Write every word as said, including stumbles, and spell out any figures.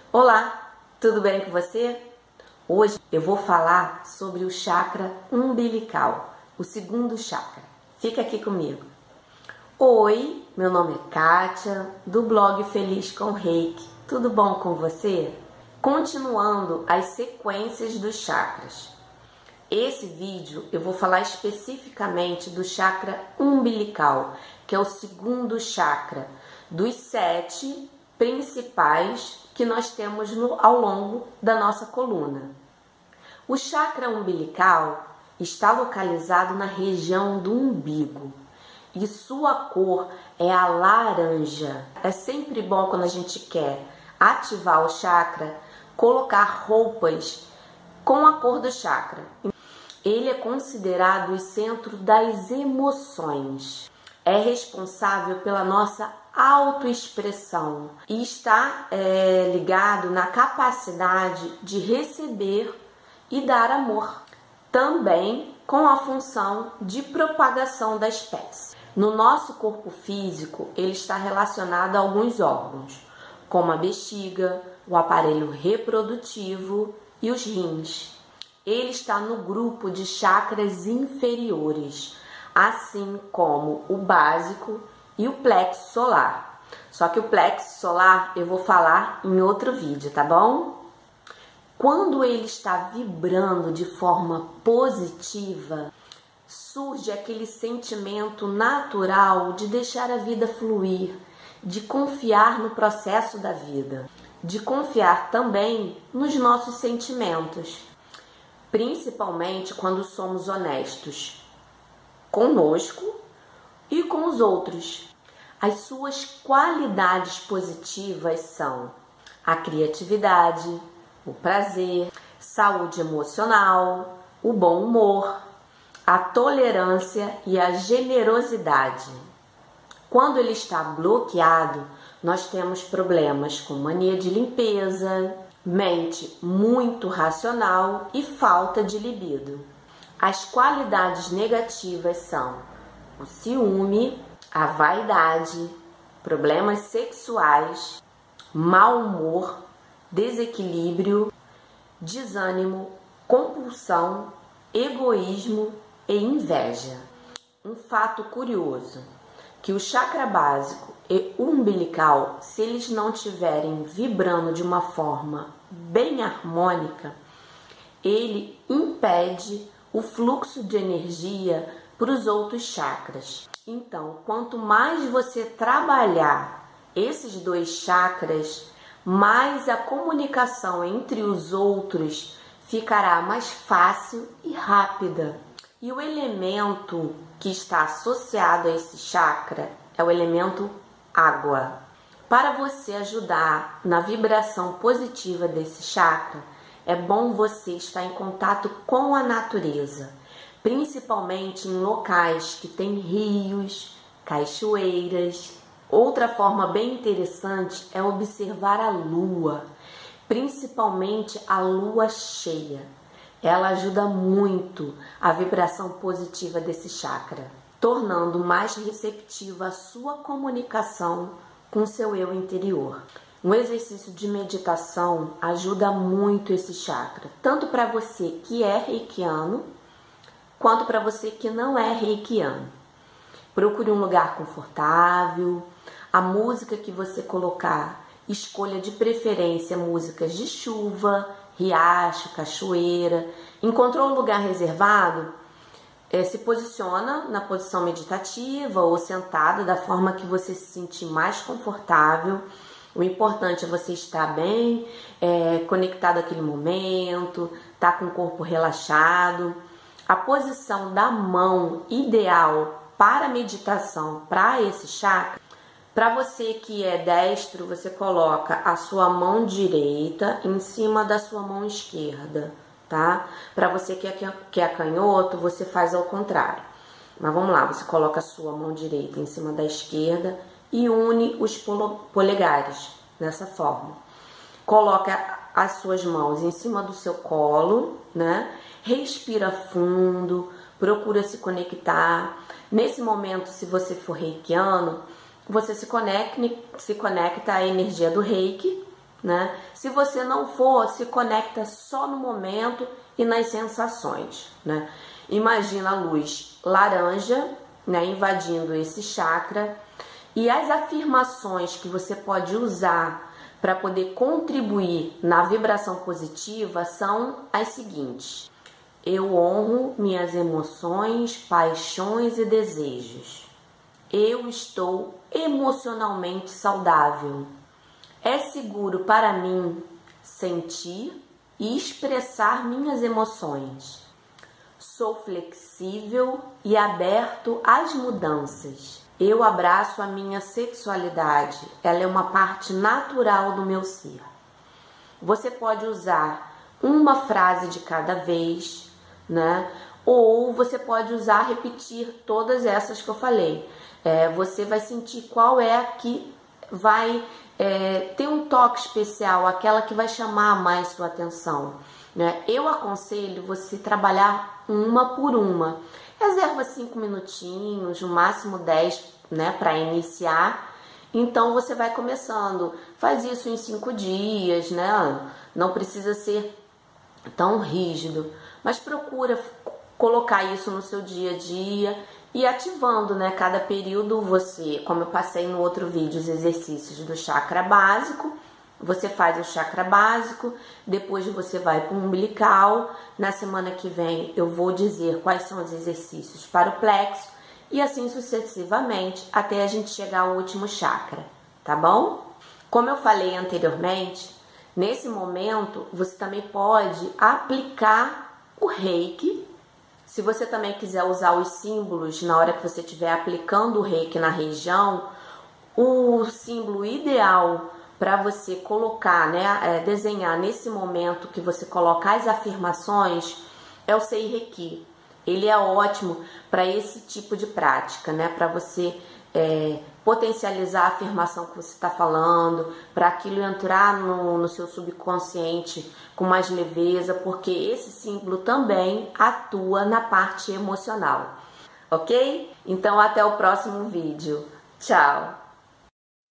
Olá, tudo bem com você? Hoje eu vou falar sobre o chakra umbilical, o segundo chakra. Fica aqui comigo. Oi, meu nome é Kátia, do blog Feliz com Reiki. Tudo bom com você? Continuando as sequências dos chakras. Esse vídeo eu vou falar especificamente do chakra umbilical, que é o segundo chakra dos sete principais que nós temos no, ao longo da nossa coluna. O chakra umbilical está localizado na região do umbigo e sua cor é a laranja. É sempre bom, quando a gente quer ativar o chakra, colocar roupas com a cor do chakra. Ele é considerado o centro das emoções. É responsável pela nossa autoexpressão e está é, ligado na capacidade de receber e dar amor. Também com a função de propagação da espécie. No nosso corpo físico, ele está relacionado a alguns órgãos, como a bexiga, o aparelho reprodutivo e os rins. Ele está no grupo de chakras inferiores, assim como o básico e o plexo solar. Só que o plexo solar eu vou falar em outro vídeo, tá bom? Quando ele está vibrando de forma positiva, surge aquele sentimento natural de deixar a vida fluir, de confiar no processo da vida, de confiar também nos nossos sentimentos, principalmente quando somos honestos conosco e com os outros. As suas qualidades positivas são a criatividade, o prazer, saúde emocional, o bom humor, a tolerância e a generosidade. Quando ele está bloqueado, nós temos problemas com mania de limpeza, mente muito racional e falta de libido. As qualidades negativas são o ciúme, a vaidade, problemas sexuais, mau humor, desequilíbrio, desânimo, compulsão, egoísmo e inveja. Um fato curioso, que o chakra básico e umbilical, se eles não estiverem vibrando de uma forma bem harmônica, ele impede o fluxo de energia para os outros chakras. Então, quanto mais você trabalhar esses dois chakras, mais a comunicação entre os outros ficará mais fácil e rápida. E o elemento que está associado a esse chakra é o elemento água. Para você ajudar na vibração positiva desse chakra, é bom você estar em contato com a natureza, principalmente em locais que tem rios, cachoeiras. Outra forma bem interessante é observar a lua, principalmente a lua cheia. Ela ajuda muito a vibração positiva desse chakra, tornando mais receptiva a sua comunicação com seu eu interior. Um exercício de meditação ajuda muito esse chakra, tanto para você que é reikiano, quanto para você que não é reikiano. Procure um lugar confortável, a música que você colocar, escolha de preferência músicas de chuva, riacho, cachoeira. Encontrou um lugar reservado? É, se posiciona na posição meditativa ou sentada, da forma que você se sentir mais confortável. O importante é você estar bem, é, conectado àquele momento, estar com o corpo relaxado. A posição da mão ideal para a meditação, para esse chakra, para você que é destro, você coloca a sua mão direita em cima da sua mão esquerda, tá? Para você que é, que é canhoto, você faz ao contrário. Mas vamos lá, você coloca a sua mão direita em cima da esquerda e une os polegares dessa forma. Coloca as suas mãos em cima do seu colo, né? Respira fundo, procura se conectar. Nesse momento, se você for reikiano, você se conecta, se conecta à energia do reiki né? Se você não for, se conecta só no momento e nas sensações, né? Imagina a luz laranja, né, invadindo esse chakra, e as afirmações que você pode usar para poder contribuir na vibração positiva são as seguintes: eu honro minhas emoções, paixões e desejos. Eu estou emocionalmente saudável. É seguro para mim sentir e expressar minhas emoções. Sou flexível e aberto às mudanças. Eu abraço a minha sexualidade. Ela é uma parte natural do meu ser. Você pode usar uma frase de cada vez, né? Ou você pode usar, repetir todas essas que eu falei. É, você vai sentir qual é a que vai é, ter um toque especial, aquela que vai chamar mais sua atenção, né? Eu aconselho você trabalhar uma por uma. Reserva cinco minutinhos, no máximo dez, né, para iniciar. Então você vai começando. Faz isso em cinco dias, né? Não precisa ser tão rígido, mas procura colocar isso no seu dia a dia e ativando, né? Cada período você, como eu passei no outro vídeo, os exercícios do chakra básico, você faz o chakra básico, depois você vai para o umbilical. Na semana que vem eu vou dizer quais são os exercícios para o plexo e assim sucessivamente até a gente chegar ao último chakra, tá bom? Como eu falei anteriormente, nesse momento você também pode aplicar o reiki. Se você também quiser usar os símbolos na hora que você estiver aplicando o reiki na região, o símbolo ideal para você colocar, né, é, desenhar nesse momento que você coloca as afirmações é o Sei Reiki. Ele é ótimo para esse tipo de prática, né, para você é, potencializar a afirmação que você está falando, para aquilo entrar no, no seu subconsciente com mais leveza, porque esse símbolo também atua na parte emocional, ok? Então até o próximo vídeo. Tchau!